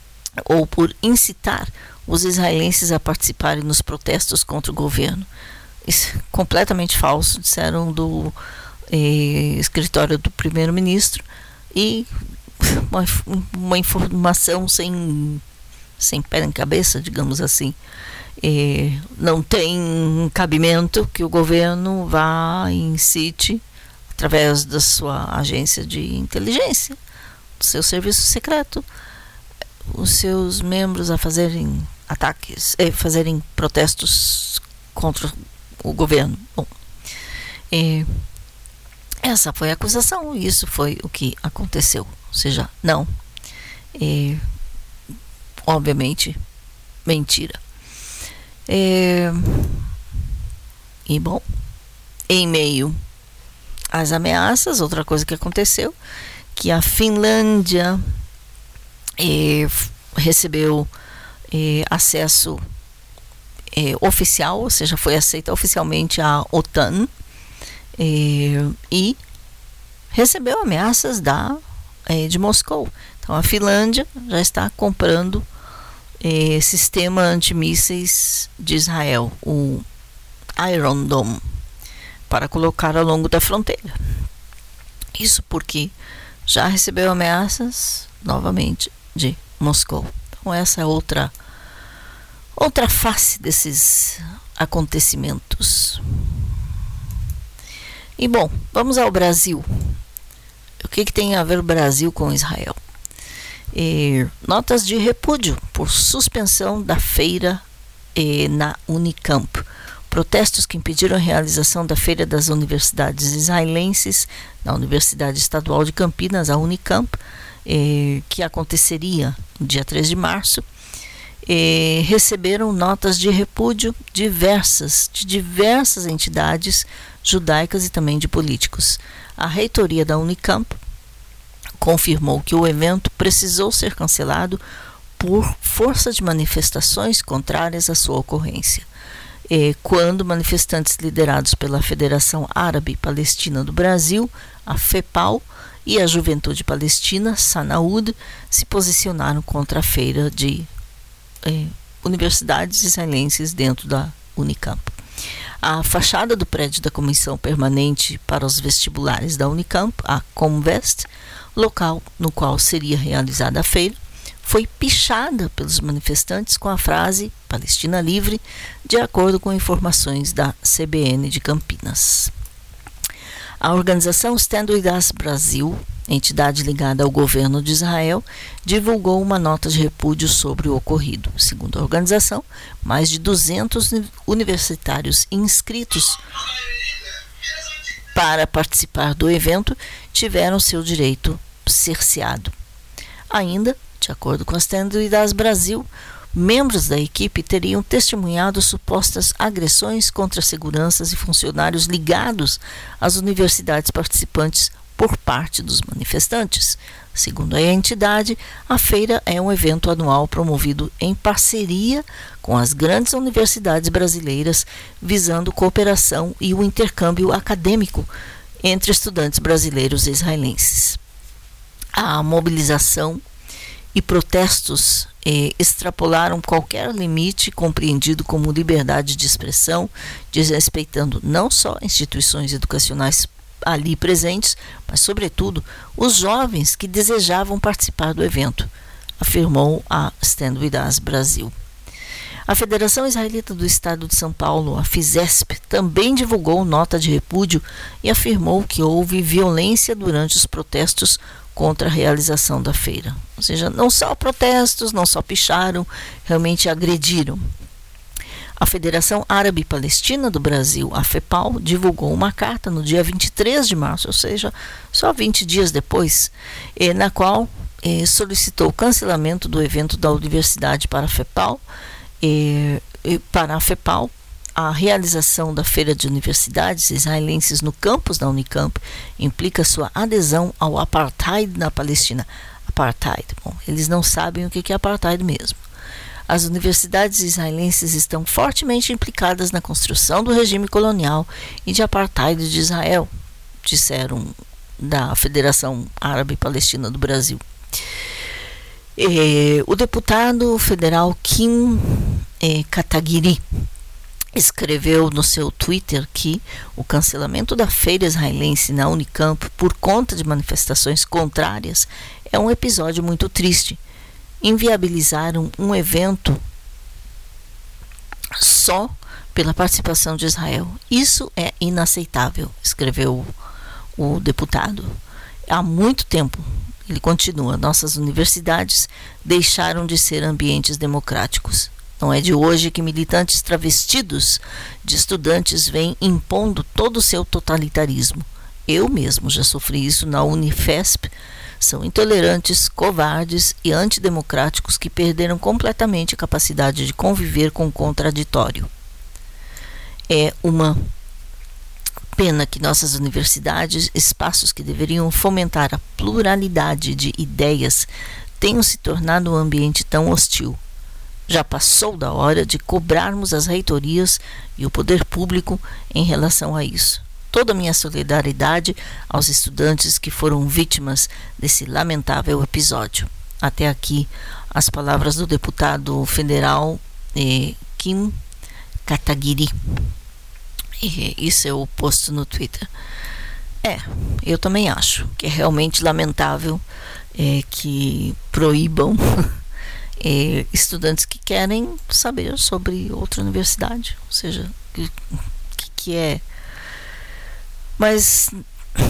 [SPEAKER 4] ou por incitar os israelenses a participarem nos protestos contra o governo. Isso, completamente falso, disseram do eh, escritório do primeiro-ministro, e uma, uma informação sem, sem pé nem cabeça, digamos assim. Eh, não tem cabimento que o governo vá e incite, através da sua agência de inteligência, do seu serviço secreto, os seus membros a fazerem ataques, eh, fazerem protestos contra o governo. Bom, eh, essa foi a acusação e isso foi o que aconteceu. Ou seja, não, eh, obviamente, mentira. Eh, e bom, em meio às ameaças, outra coisa que aconteceu, que a Finlândia eh, recebeu eh, acesso eh, oficial, ou seja, foi aceita oficialmente a OTAN, eh, e recebeu ameaças da, eh, de Moscou. Então a Finlândia já está comprando eh, sistema antimísseis de Israel, o Iron Dome, para colocar ao longo da fronteira. Isso porque já recebeu ameaças novamente de Moscou. Então essa é outra outra face desses acontecimentos. E bom, vamos ao Brasil. O que, que tem a ver o Brasil com Israel? E notas de repúdio por suspensão da feira eh, na Unicamp. Protestos que impediram a realização da Feira das Universidades Israelenses na Universidade Estadual de Campinas, a Unicamp, eh, que aconteceria no dia três de março, eh, receberam notas de repúdio diversas, de diversas entidades judaicas e também de políticos. A reitoria da Unicamp confirmou que o evento precisou ser cancelado por força de manifestações contrárias à sua ocorrência. Eh, quando manifestantes liderados pela Federação Árabe Palestina do Brasil, a FEPAL, e a Juventude Palestina, Sanaúd, se posicionaram contra a feira de eh, universidades israelenses dentro da Unicamp. A fachada do prédio da Comissão Permanente para os Vestibulares da Unicamp, a Comvest, local no qual seria realizada a feira, foi pichada pelos manifestantes com a frase Palestina Livre, de acordo com informações da C B N de Campinas. A organização Stand With Us Brasil, entidade ligada ao governo de Israel, divulgou uma nota de repúdio sobre o ocorrido. Segundo a organização, mais de duzentos universitários inscritos para participar do evento tiveram seu direito cerceado. Ainda, de acordo com a Stand With Us Brasil, membros da equipe teriam testemunhado supostas agressões contra seguranças e funcionários ligados às universidades participantes por parte dos manifestantes. Segundo a entidade, a feira é um evento anual promovido em parceria com as grandes universidades brasileiras, visando cooperação e o intercâmbio acadêmico entre estudantes brasileiros e israelenses. A mobilização e protestos eh, extrapolaram qualquer limite compreendido como liberdade de expressão, desrespeitando não só instituições educacionais ali presentes, mas sobretudo os jovens que desejavam participar do evento, afirmou a Stand With Us Brasil. A Federação Israelita do Estado de São Paulo, a FISESP, também divulgou nota de repúdio e afirmou que houve violência durante os protestos contra a realização da feira. Ou seja, não só protestos, não só picharam, realmente agrediram. A Federação Árabe Palestina do Brasil, a FEPAL, divulgou uma carta no dia vinte e três de março, ou seja, só vinte dias depois, eh, na qual eh, solicitou o cancelamento do evento da universidade para a FEPAL, eh, para a FEPAL, a realização da Feira de Universidades Israelenses no campus da Unicamp implica sua adesão ao apartheid na Palestina. Apartheid, bom, eles não sabem o que é apartheid mesmo. As universidades israelenses estão fortemente implicadas na construção do regime colonial e de apartheid de Israel, disseram da Federação Árabe Palestina do Brasil. E, o deputado federal Kim eh, Kataguiri escreveu no seu Twitter que o cancelamento da feira israelense na Unicamp por conta de manifestações contrárias é um episódio muito triste. Inviabilizaram um evento só pela participação de Israel. Isso é inaceitável, escreveu o deputado. Há muito tempo, ele continua, nossas universidades deixaram de ser ambientes democráticos. Não é de hoje que militantes travestidos de estudantes vêm impondo todo o seu totalitarismo. Eu mesmo já sofri isso na Unifesp. São intolerantes, covardes e antidemocráticos que perderam completamente a capacidade de conviver com o contraditório. É uma pena que nossas universidades, espaços que deveriam fomentar a pluralidade de ideias, tenham se tornado um ambiente tão hostil. Já passou da hora de cobrarmos as reitorias e o poder público em relação a isso. Toda a minha solidariedade aos estudantes que foram vítimas desse lamentável episódio. Até aqui as palavras do deputado federal eh, Kim Kataguiri. E isso é o post no Twitter. É, eu também acho que é realmente lamentável eh, que proíbam eh, estudantes que querem saber sobre outra universidade. Ou seja, que, que é... Mas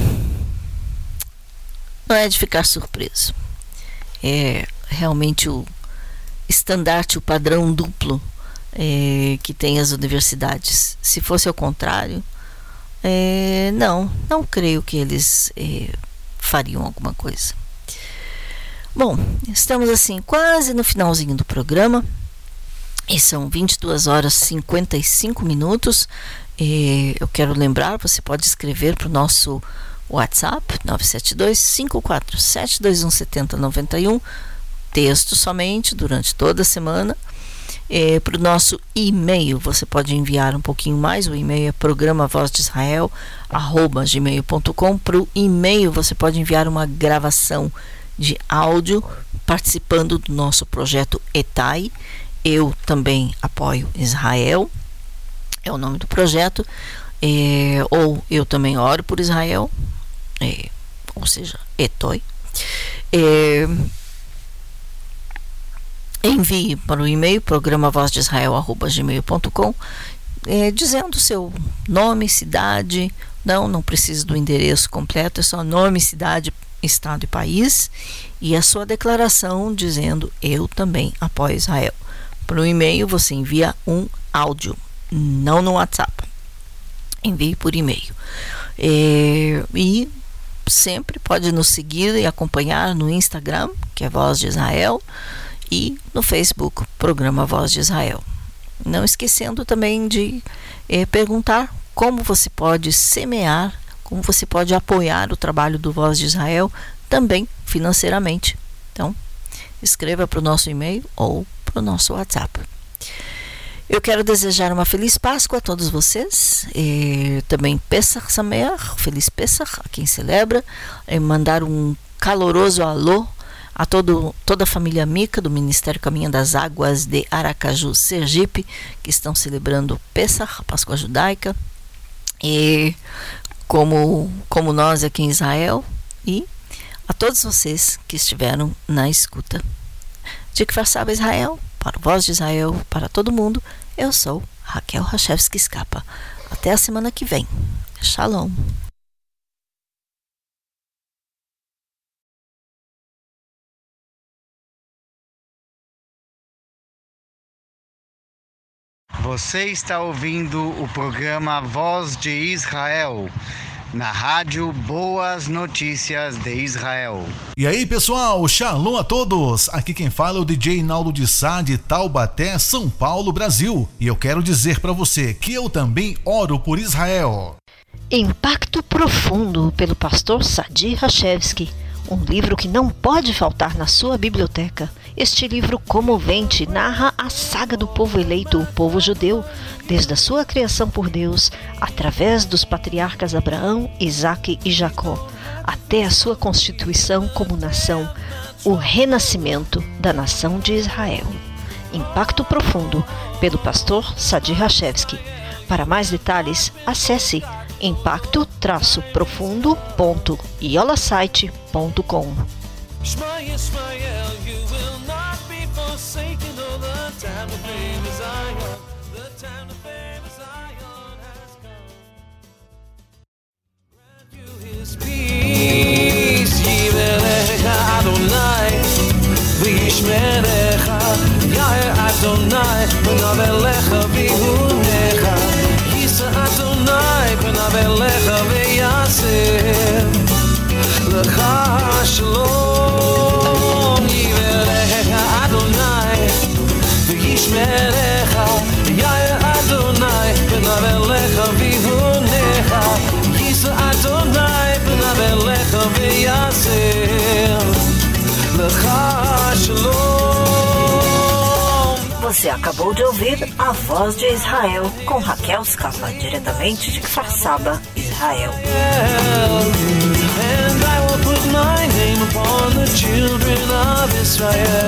[SPEAKER 4] não é de ficar surpreso. É realmente o estandarte, o padrão duplo é, que tem as universidades. Se fosse ao contrário, é, não, não creio que eles é, fariam alguma coisa. Bom, estamos assim quase no finalzinho do programa. E são vinte e duas horas e cinquenta e cinco minutos. E eu quero lembrar, você pode escrever para o nosso WhatsApp nove sete dois, cinco quatro sete, dois um sete zero nove um, texto somente durante toda a semana. É, para o nosso e-mail, você pode enviar um pouquinho mais. O e-mail é programa voz de israel arroba gmail ponto com. Para o e-mail você pode enviar uma gravação de áudio participando do nosso projeto E T A I. Eu também apoio Israel, é o nome do projeto, é, ou eu também oro por Israel, é, ou seja, E T O I. É, envie para o e-mail programa voz de israel arroba gmail ponto com, é, dizendo seu nome, cidade. Não, não precisa do endereço completo, é só nome, cidade, estado e país, e a sua declaração dizendo eu também apoio Israel. Para o e-mail você envia um áudio, não no WhatsApp. Envie por e-mail. É, e sempre pode nos seguir e acompanhar no Instagram, que é Voz de Israel, e no Facebook, Programa Voz de Israel. Não esquecendo também de é, perguntar como você pode semear, como você pode apoiar o trabalho do Voz de Israel também financeiramente. Então, escreva para o nosso e-mail ou para o nosso WhatsApp. Eu quero desejar uma feliz Páscoa a todos vocês, e também Pesach Sameach, feliz Pesach a quem celebra, e mandar um caloroso alô a todo, toda a família Mica do Ministério Caminho das Águas de Aracaju, Sergipe, que estão celebrando Pesach, a Páscoa Judaica, e como, como nós aqui em Israel, e a todos vocês que estiveram na escuta. De que façava Israel, para o Voz de Israel, para todo mundo, eu sou Raquel Rachevski Scapa. Até a semana que vem. Shalom.
[SPEAKER 7] Você está ouvindo o programa Voz de Israel, na rádio Boas Notícias de Israel.
[SPEAKER 8] E aí pessoal, shalom a todos, aqui quem fala é o D J Naldo de Sá de Taubaté, São Paulo, Brasil, e eu quero dizer para você que eu também oro por Israel.
[SPEAKER 3] Impacto Profundo, pelo pastor Sadi Rachevski, um livro que não pode faltar na sua biblioteca. Este livro comovente narra a saga do povo eleito, o povo judeu, desde a sua criação por Deus, através dos patriarcas Abraão, Isaque e Jacó, até a sua constituição como nação, o renascimento da nação de Israel. Impacto Profundo, pelo pastor Sadi Hashevsky. Para mais detalhes, acesse impacto profundo ponto iolasite ponto com.
[SPEAKER 9] Adonai panav elecha v'yaseh lecha shalom yiverecha Adonai v'yishmerecha Yair Adonai panav elecha v'yihunecha Yisa Adonai panav elecha v'yaseh lecha shalom.
[SPEAKER 4] Você acabou de ouvir A Voz de Israel com Raquel Scapa, diretamente de Kfar Saba, Israel.
[SPEAKER 9] And I will put my name upon the children of Israel.